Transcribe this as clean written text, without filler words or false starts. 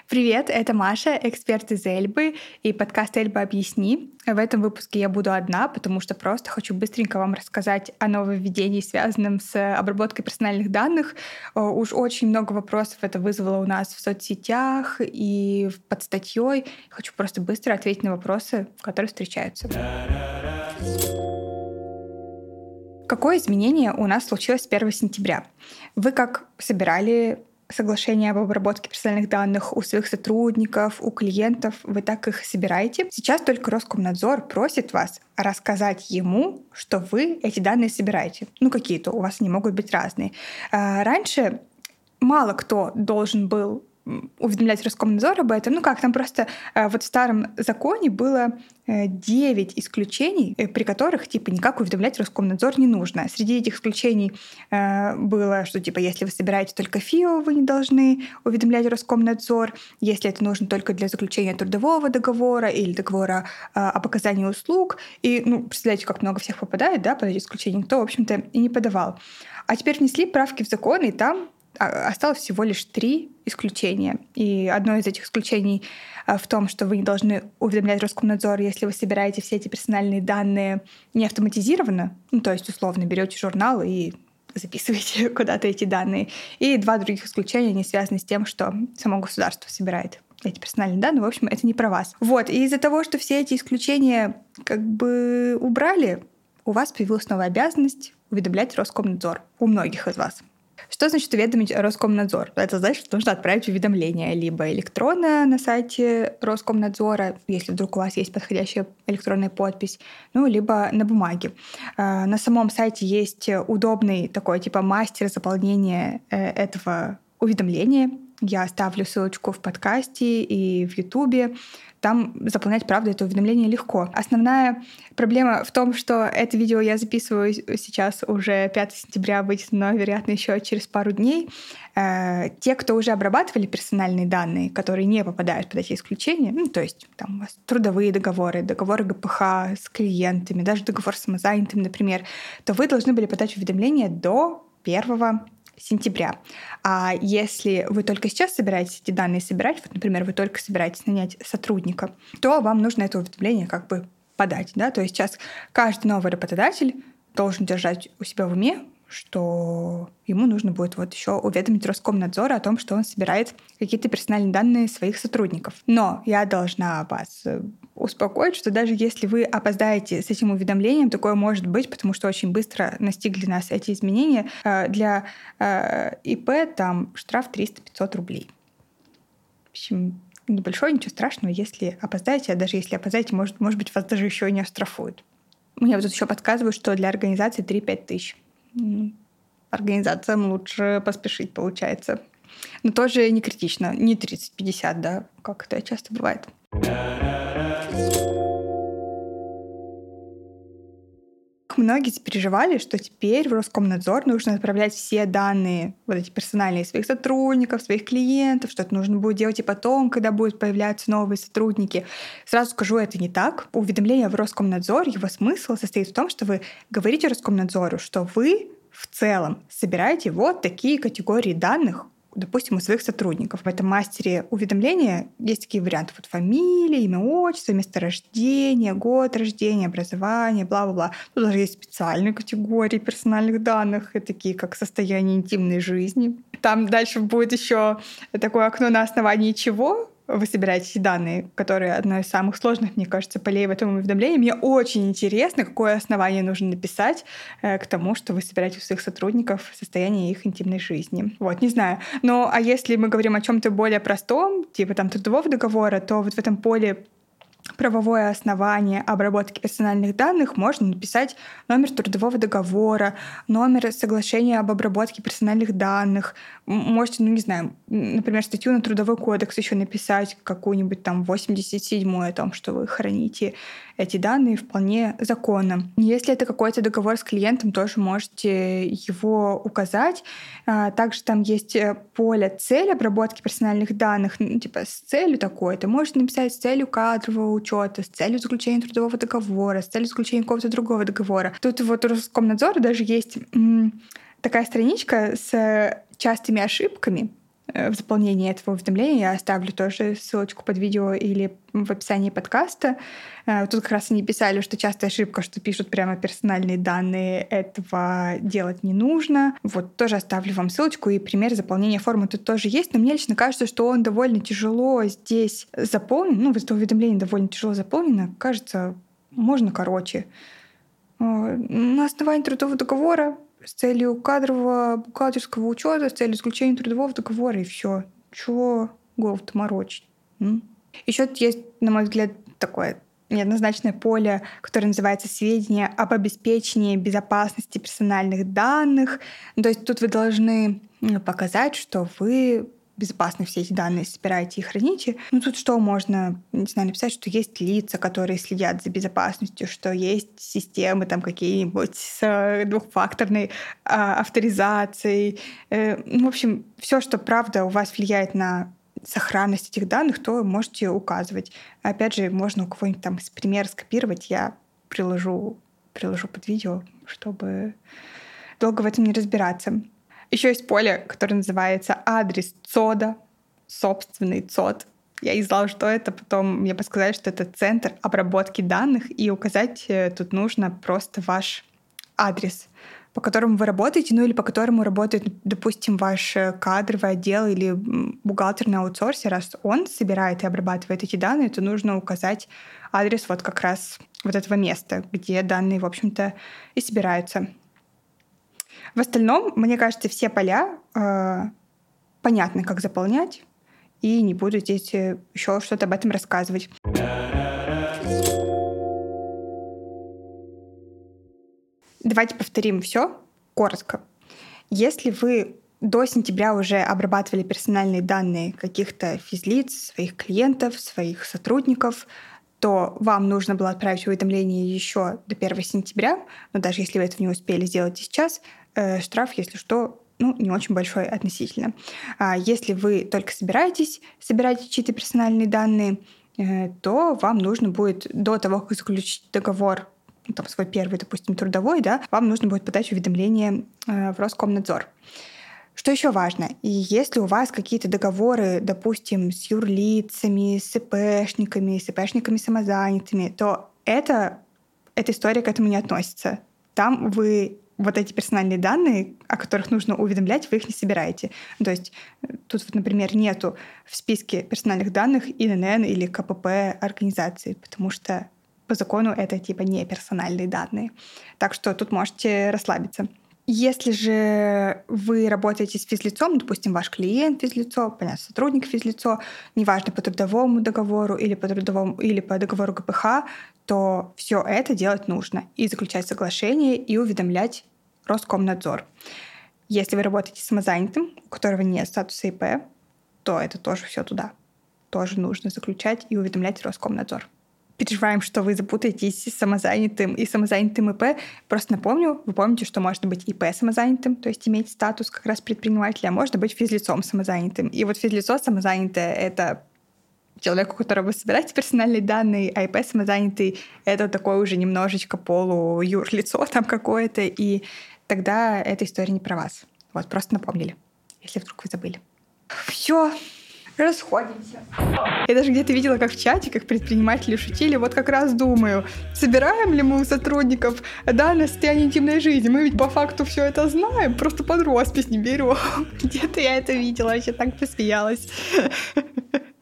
Привет, это Маша, эксперт из Эльбы и подкаст «Эльба объясни». В этом выпуске я буду одна, потому что просто хочу быстренько вам рассказать о нововведении, связанном с обработкой персональных данных. Уж очень много вопросов это вызвало у нас в соцсетях и под статьей. Хочу просто быстро ответить на вопросы, которые встречаются. Какое изменение у нас случилось с 1 сентября? Вы как собирали соглашение об обработке персональных данных у своих сотрудников, у клиентов, вы так их собираете. Сейчас только Роскомнадзор просит вас рассказать ему, что вы эти данные собираете. Какие-то у вас они могут быть разные. Раньше мало кто должен был уведомлять Роскомнадзор об этом. Там просто вот в старом законе было 9 исключений, при которых никак уведомлять Роскомнадзор не нужно. Среди этих исключений было, что если вы собираете только ФИО, вы не должны уведомлять Роскомнадзор. Если это нужно только для заключения трудового договора или договора об оказании услуг. И, представляете, как много всех попадает, под эти исключения, никто, в общем-то, и не подавал. А теперь внесли правки в закон, и там осталось всего лишь 3 исключения. И одно из этих исключений в том, что вы не должны уведомлять Роскомнадзор, если вы собираете все эти персональные данные не автоматизированно. То есть, условно, берете журнал и записываете куда-то эти данные. И 2 других исключения, они связаны с тем, что само государство собирает эти персональные данные. В общем, это не про вас. И из-за того, что все эти исключения убрали, у вас появилась новая обязанность уведомлять Роскомнадзор. У многих из вас. Что значит уведомить Роскомнадзор? Это значит, что нужно отправить уведомление либо электронно на сайте Роскомнадзора, если вдруг у вас есть подходящая электронная подпись, либо на бумаге. На самом сайте есть удобный такой мастер заполнения этого уведомления. Я оставлю ссылочку в подкасте и в Ютубе. Там заполнять, правда, это уведомление легко. Основная проблема в том, что это видео я записываю сейчас уже 5 сентября, выйдет, но, вероятно, еще через пару дней. Те, кто уже обрабатывали персональные данные, которые не попадают под эти исключения, то есть там у вас трудовые договоры, договоры ГПХ с клиентами, даже договор с самозанятым, например, то вы должны были подать уведомление до 1 сентября. А если вы только сейчас собираетесь эти данные собирать, например, вы только собираетесь нанять сотрудника, то вам нужно это уведомление подать. То есть сейчас каждый новый работодатель должен держать у себя в уме, что ему нужно будет еще уведомить Роскомнадзор о том, что он собирает какие-то персональные данные своих сотрудников. Но я должна вас успокоить, что даже если вы опоздаете с этим уведомлением, такое может быть, потому что очень быстро настигли нас эти изменения. Для ИП там штраф 300-500 рублей. В общем, небольшой, ничего страшного, если опоздаете, а даже если опоздаете, может быть, вас даже еще и не оштрафуют. Мне тут еще подсказывают, что для организации 3-5 тысяч. Организациям лучше поспешить, получается. Но тоже не критично. Не 30-50, да, как это часто бывает. Многие переживали, что теперь в Роскомнадзор нужно отправлять все данные, эти персональные, своих сотрудников, своих клиентов, что это нужно будет делать и потом, когда будут появляться новые сотрудники. Сразу скажу, это не так. Уведомление в Роскомнадзор, его смысл состоит в том, что вы говорите Роскомнадзору, что вы в целом собираете такие категории данных, допустим, у своих сотрудников. В этом мастере уведомления есть такие варианты. Фамилия, имя, отчество, место рождения, год рождения, образование, бла-бла-бла. Тут даже есть специальные категории персональных данных, такие как состояние интимной жизни. Там дальше будет еще такое окно, на основании чего вы собираете эти данные, которые одно из самых сложных, мне кажется, полей в этом уведомлении. Мне очень интересно, какое основание нужно написать к тому, что вы собираете у своих сотрудников состояние их интимной жизни. Не знаю. А если мы говорим о чем-то более простом, типа трудового договора, то в этом поле правовое основание обработки персональных данных можно написать номер трудового договора, номер соглашения об обработке персональных данных. Можете, например, статью на Трудовой кодекс еще написать, какую-нибудь 87-ю о том, что вы храните эти данные вполне законно. Если это какой-то договор с клиентом, тоже можете его указать. Также там есть поле цель обработки персональных данных, с целью такой-то. Можете написать с целью кадрового учета, с целью заключения трудового договора, с целью заключения какого-то другого договора. Тут у Роскомнадзора даже есть такая страничка с частыми ошибками, в заполнении этого уведомления. Я оставлю тоже ссылочку под видео или в описании подкаста. Тут как раз они писали, что частая ошибка, что пишут прямо персональные данные. Этого делать не нужно. Вот тоже оставлю вам ссылочку, и пример заполнения формы тут тоже есть. Но мне лично кажется, что он довольно тяжело здесь заполнен. Вот это уведомление довольно тяжело заполнено. Кажется, можно короче. На основании трудового договора с целью кадрового бухгалтерского учета, с целью заключения трудового договора, и все. Чего голову-то морочить? Еще тут есть, на мой взгляд, такое неоднозначное поле, которое называется «Сведения об обеспечении безопасности персональных данных». То есть тут вы должны показать, что вы безопасно все эти данные собираете и храните. Тут что можно, не знаю, написать, что есть лица, которые следят за безопасностью, что есть системы там какие-нибудь с двухфакторной авторизацией. В общем, все, что правда у вас влияет на сохранность этих данных, то можете указывать. Опять же, можно у кого-нибудь там пример скопировать, я приложу под видео, чтобы долго в этом не разбираться. Еще есть поле, которое называется адрес ЦОДа, собственный ЦОД. Я не знала, что это, потом мне подсказали, что это центр обработки данных, и указать тут нужно просто ваш адрес, по которому вы работаете, или по которому работает, допустим, ваш кадровый отдел или бухгалтерный аутсорсер. Раз он собирает и обрабатывает эти данные, то нужно указать адрес вот как раз вот этого места, где данные, в общем-то, и собираются. В остальном, мне кажется, все поля понятно, как заполнять, и не буду здесь еще что-то об этом рассказывать. Давайте повторим все коротко. Если вы до сентября уже обрабатывали персональные данные каких-то физлиц, своих клиентов, своих сотрудников, то вам нужно было отправить уведомление еще до 1 сентября, но даже если вы этого не успели сделать сейчас, штраф, если что, не очень большой относительно. А если вы только собираете чьи-то персональные данные, то вам нужно будет до того, как заключить договор, свой первый, допустим, трудовой, вам нужно будет подать уведомление в Роскомнадзор. Что еще важно? И если у вас какие-то договоры, допустим, с юрлицами, с ИПшниками самозанятыми, то эта история к этому не относится. Там вы вот эти персональные данные, о которых нужно уведомлять, вы их не собираете. То есть тут, например, нету в списке персональных данных ИНН или КПП организации, потому что по закону это не персональные данные. Так что тут можете расслабиться. Если же вы работаете с физлицом, допустим, ваш клиент физлицо, понятно, сотрудник физлицо, неважно, по трудовому договору или по договору ГПХ, то все это делать нужно. И заключать соглашение, и уведомлять Роскомнадзор. Если вы работаете с самозанятым, у которого нет статуса ИП, то это тоже все туда. Тоже нужно заключать и уведомлять Роскомнадзор. Переживаем, что вы запутаетесь с самозанятым и самозанятым ИП. Просто напомню, вы помните, что можно быть ИП самозанятым, то есть иметь статус как раз предпринимателя, а можно быть физлицом самозанятым. И вот физлицо самозанятое — это человек, у которого вы собираете персональные данные, а ИП самозанятый — это такое уже немножечко полуюрлицо там какое-то, и тогда эта история не про вас. Вот, просто напомнили, если вдруг вы забыли. Все. Расходимся. Я даже где-то видела, как в чате, как предприниматели шутили. Вот как раз думаю, собираем ли мы у сотрудников данные о состоянии интимной жизни? Мы ведь по факту все это знаем, просто под роспись не берем. Где-то я это видела, вообще так посмеялась.